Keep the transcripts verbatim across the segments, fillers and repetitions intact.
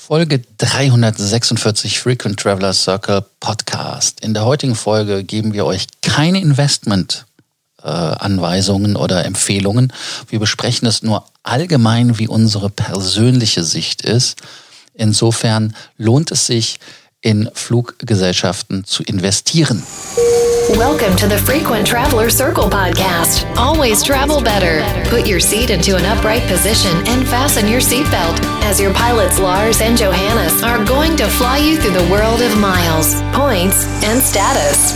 Folge dreihundertsechsundvierzig Frequent Traveler Circle Podcast. In der heutigen Folge geben wir euch keine Investment-Anweisungen äh, oder Empfehlungen. Wir besprechen es nur allgemein, wie unsere persönliche Sicht ist. Insofern lohnt es sich, in Fluggesellschaften zu investieren. Welcome to the Frequent Traveler Circle podcast. Always travel better. Put your seat into an upright position and fasten your seatbelt as your pilots Lars and Johannes are going to fly you through the world of miles, points and status.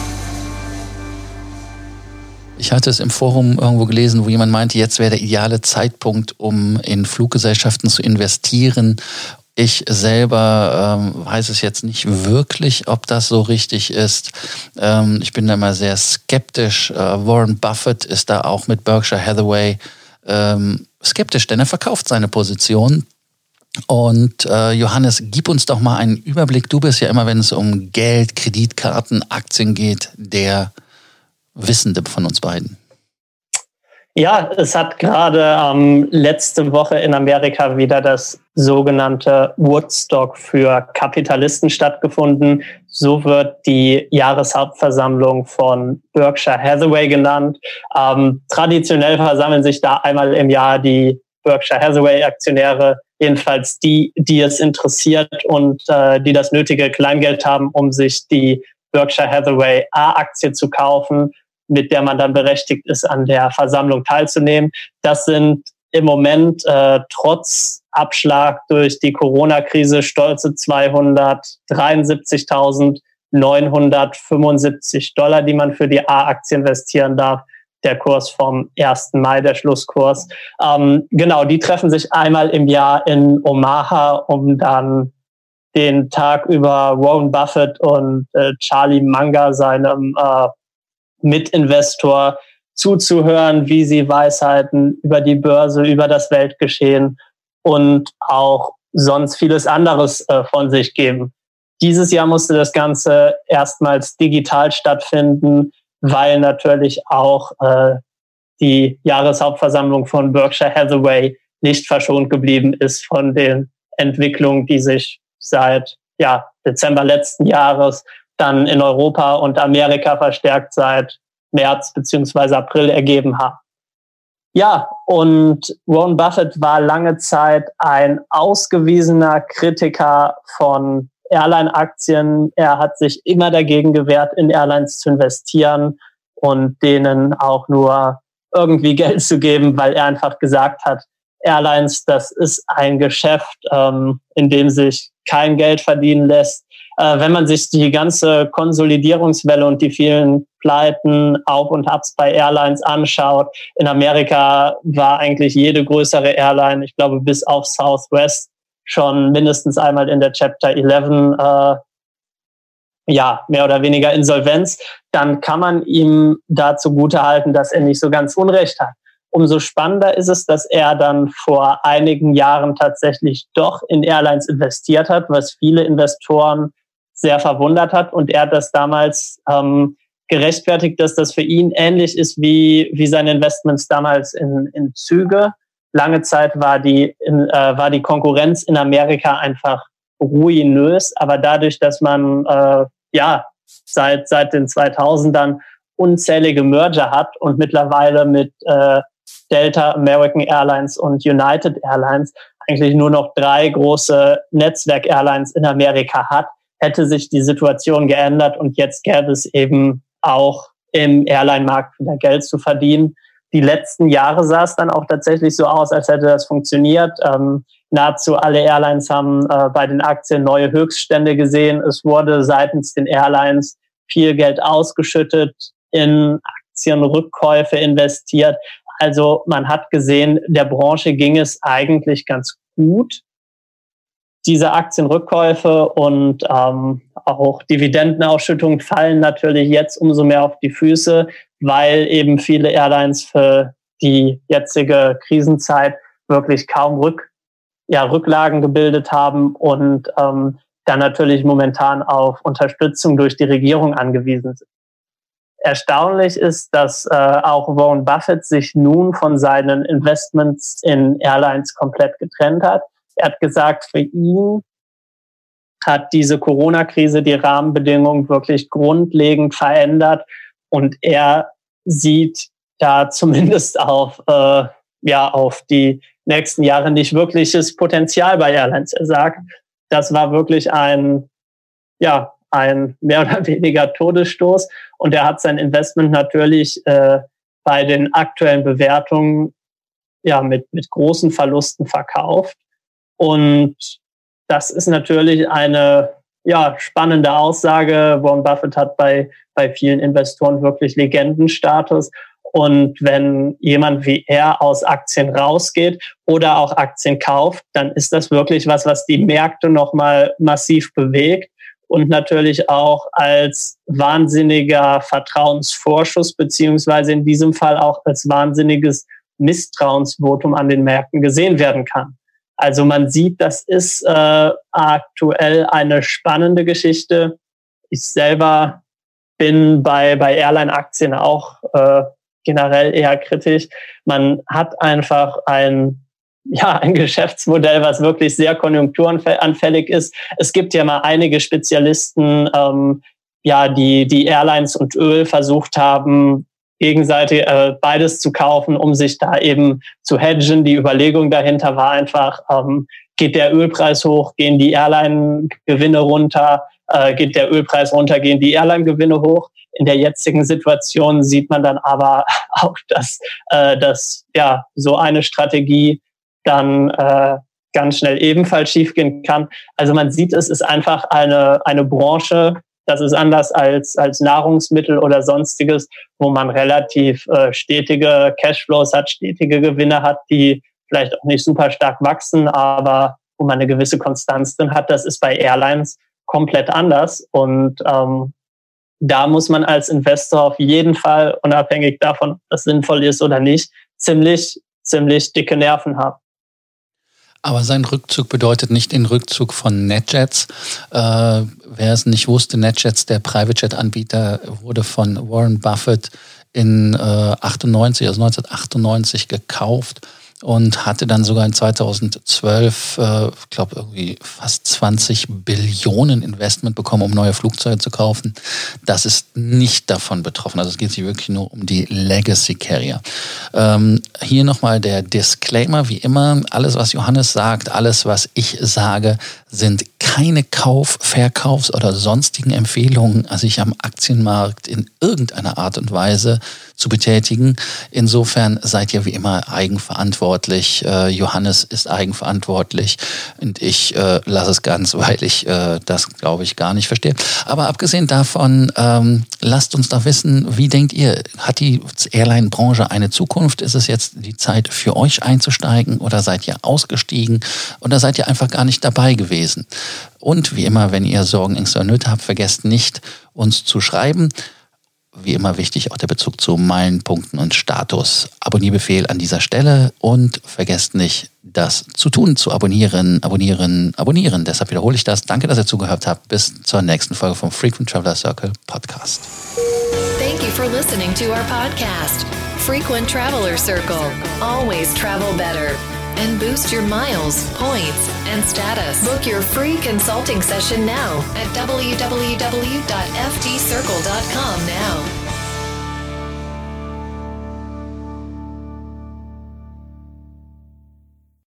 Ich hatte es im Forum irgendwo gelesen, wo jemand meinte, jetzt wäre der ideale Zeitpunkt, um in Fluggesellschaften zu investieren. Ich selber ähm, weiß es jetzt nicht wirklich, ob das so richtig ist. Ähm, ich bin da immer sehr skeptisch. Äh, Warren Buffett ist da auch mit Berkshire Hathaway ähm, skeptisch, denn er verkauft seine Position. Und äh, Johannes, gib uns doch mal einen Überblick. Du bist ja immer, wenn es um Geld, Kreditkarten, Aktien geht, der Wissende von uns beiden. Ja, es hat gerade ähm, letzte Woche in Amerika wieder das sogenannte Woodstock für Kapitalisten stattgefunden. So wird die Jahreshauptversammlung von Berkshire Hathaway genannt. Ähm, traditionell versammeln sich da einmal im Jahr die Berkshire Hathaway-Aktionäre, jedenfalls die, die es interessiert und äh, die das nötige Kleingeld haben, um sich die Berkshire Hathaway A-Aktie zu kaufen, mit der man dann berechtigt ist, an der Versammlung teilzunehmen. Das sind im Moment äh, trotz Abschlag durch die Corona-Krise stolze zweihundertdreiundsiebzigtausendneunhundertfünfundsiebzig Dollar, die man für die A-Aktie investieren darf. Der Kurs vom ersten Mai, der Schlusskurs. Ähm, genau, die treffen sich einmal im Jahr in Omaha, um dann den Tag über Warren Buffett und äh, Charlie Munger, seinem äh, Mitinvestor, zuzuhören, wie sie Weisheiten über die Börse, über das Weltgeschehen und auch sonst vieles anderes äh, von sich geben. Dieses Jahr musste das Ganze erstmals digital stattfinden, weil natürlich auch äh, die Jahreshauptversammlung von Berkshire Hathaway nicht verschont geblieben ist von den Entwicklungen, die sich seit ja, Dezember letzten Jahres dann in Europa und Amerika verstärkt seit März beziehungsweise April ergeben haben. Ja, und Warren Buffett war lange Zeit ein ausgewiesener Kritiker von Airline-Aktien. Er hat sich immer dagegen gewehrt, in Airlines zu investieren und denen auch nur irgendwie Geld zu geben, weil er einfach gesagt hat, Airlines, das ist ein Geschäft, ähm, in dem sich kein Geld verdienen lässt. Äh, wenn man sich die ganze Konsolidierungswelle und die vielen Pleiten, Auf- und Abs bei Airlines anschaut, in Amerika war eigentlich jede größere Airline, ich glaube bis auf Southwest, schon mindestens einmal in der Chapter elf, äh, ja, mehr oder weniger Insolvenz. Dann kann man ihm dazu zugutehalten, dass er nicht so ganz Unrecht hat. Umso spannender ist es, dass er dann vor einigen Jahren tatsächlich doch in Airlines investiert hat, was viele Investoren sehr verwundert hat. Und er hat das damals ähm, gerechtfertigt, dass das für ihn ähnlich ist wie, wie seine Investments damals in, in Züge. Lange Zeit war die, in, äh, war die Konkurrenz in Amerika einfach ruinös. Aber dadurch, dass man äh, ja seit, seit den zweitausendern unzählige Merger hat und mittlerweile mit äh, Delta, American Airlines und United Airlines eigentlich nur noch drei große Netzwerk-Airlines in Amerika hat, hätte sich die Situation geändert und jetzt gäbe es eben auch im Airline-Markt wieder Geld zu verdienen. Die letzten Jahre sah es dann auch tatsächlich so aus, als hätte das funktioniert. Ähm, nahezu alle Airlines haben äh, bei den Aktien neue Höchststände gesehen. Es wurde seitens den Airlines viel Geld ausgeschüttet, in Aktienrückkäufe investiert. Also man hat gesehen, der Branche ging es eigentlich ganz gut. Diese Aktienrückkäufe und ähm, auch Dividendenausschüttungen fallen natürlich jetzt umso mehr auf die Füße, weil eben viele Airlines für die jetzige Krisenzeit wirklich kaum Rück, ja, Rücklagen gebildet haben und ähm, dann natürlich momentan auf Unterstützung durch die Regierung angewiesen sind. Erstaunlich ist, dass äh, auch Warren Buffett sich nun von seinen Investments in Airlines komplett getrennt hat. Er hat gesagt, für ihn hat diese Corona-Krise die Rahmenbedingungen wirklich grundlegend verändert und er sieht da zumindest auf, äh, ja, auf die nächsten Jahre nicht wirkliches Potenzial bei Airlines. Er sagt, das war wirklich ein, ja, ein mehr oder weniger Todesstoß und er hat sein Investment natürlich äh, bei den aktuellen Bewertungen ja mit mit großen Verlusten verkauft und das ist natürlich eine ja spannende Aussage. Warren Buffett hat bei bei vielen Investoren wirklich Legendenstatus. Und wenn jemand wie er aus Aktien rausgeht oder auch Aktien kauft, dann ist das wirklich was, was die Märkte nochmal massiv bewegt und natürlich auch als wahnsinniger Vertrauensvorschuss beziehungsweise in diesem Fall auch als wahnsinniges Misstrauensvotum an den Märkten gesehen werden kann. Also man sieht, das ist äh, aktuell eine spannende Geschichte. Ich selber bin bei bei Airline-Aktien auch äh, generell eher kritisch. Man hat einfach ein, ja, ein Geschäftsmodell, was wirklich sehr konjunkturanfällig ist. Es gibt ja mal einige Spezialisten, ähm, ja, die, die Airlines und Öl versucht haben, gegenseitig äh, beides zu kaufen, um sich da eben zu hedgen. Die Überlegung dahinter war einfach, ähm, geht der Ölpreis hoch, gehen die Airline-Gewinne runter, äh, geht der Ölpreis runter, gehen die Airline-Gewinne hoch. In der jetzigen Situation sieht man dann aber auch, dass, äh, dass ja so eine Strategie dann äh, ganz schnell ebenfalls schiefgehen kann. Also man sieht, es ist einfach eine eine Branche, das ist anders als als Nahrungsmittel oder sonstiges, wo man relativ äh, stetige Cashflows hat, stetige Gewinne hat, die vielleicht auch nicht super stark wachsen, aber wo man eine gewisse Konstanz drin hat. Das ist bei Airlines komplett anders und ähm, da muss man als Investor auf jeden Fall, unabhängig davon, ob das sinnvoll ist oder nicht, ziemlich, ziemlich dicke Nerven haben. Aber sein Rückzug bedeutet nicht den Rückzug von NetJets. Äh, wer es nicht wusste, NetJets, der Private-Jet-Anbieter, wurde von Warren Buffett in äh, achtundneunzig, also neunzehnhundertachtundneunzig gekauft und hatte dann sogar in zweitausendzwölf, äh, ich glaube irgendwie fast zwanzig Billionen Investment bekommen, um neue Flugzeuge zu kaufen. Das ist nicht davon betroffen. Also es geht sich wirklich nur um die Legacy Carrier. Ähm, hier nochmal der Disclaimer, wie immer, alles was Johannes sagt, alles was ich sage, sind keine Kauf-, Verkaufs- oder sonstigen Empfehlungen, sich am Aktienmarkt in irgendeiner Art und Weise zu betätigen. Insofern seid ihr wie immer eigenverantwortlich. Äh, Johannes ist eigenverantwortlich und ich äh, lasse es ganz, weil ich äh, das, glaube ich, gar nicht verstehe. Aber abgesehen davon, ähm, lasst uns doch wissen, wie denkt ihr, hat die Airline-Branche eine Zukunft? Ist es jetzt die Zeit für euch einzusteigen oder seid ihr ausgestiegen oder seid ihr einfach gar nicht dabei gewesen? Und wie immer, wenn ihr Sorgen, Ängste oder Nöte habt, vergesst nicht, uns zu schreiben. Wie immer wichtig auch der Bezug zu Meilenpunkten und Status. Abonnierbefehl an dieser Stelle und vergesst nicht, das zu tun, zu abonnieren, abonnieren, abonnieren. Deshalb wiederhole ich das. Danke, dass ihr zugehört habt. Bis zur nächsten Folge vom Frequent Traveler Circle Podcast. Thank you for listening to our podcast, Frequent Traveler Circle. Always travel better. And boost your miles, points, and status. Book your free consulting session now at w w w dot f t circle dot com now.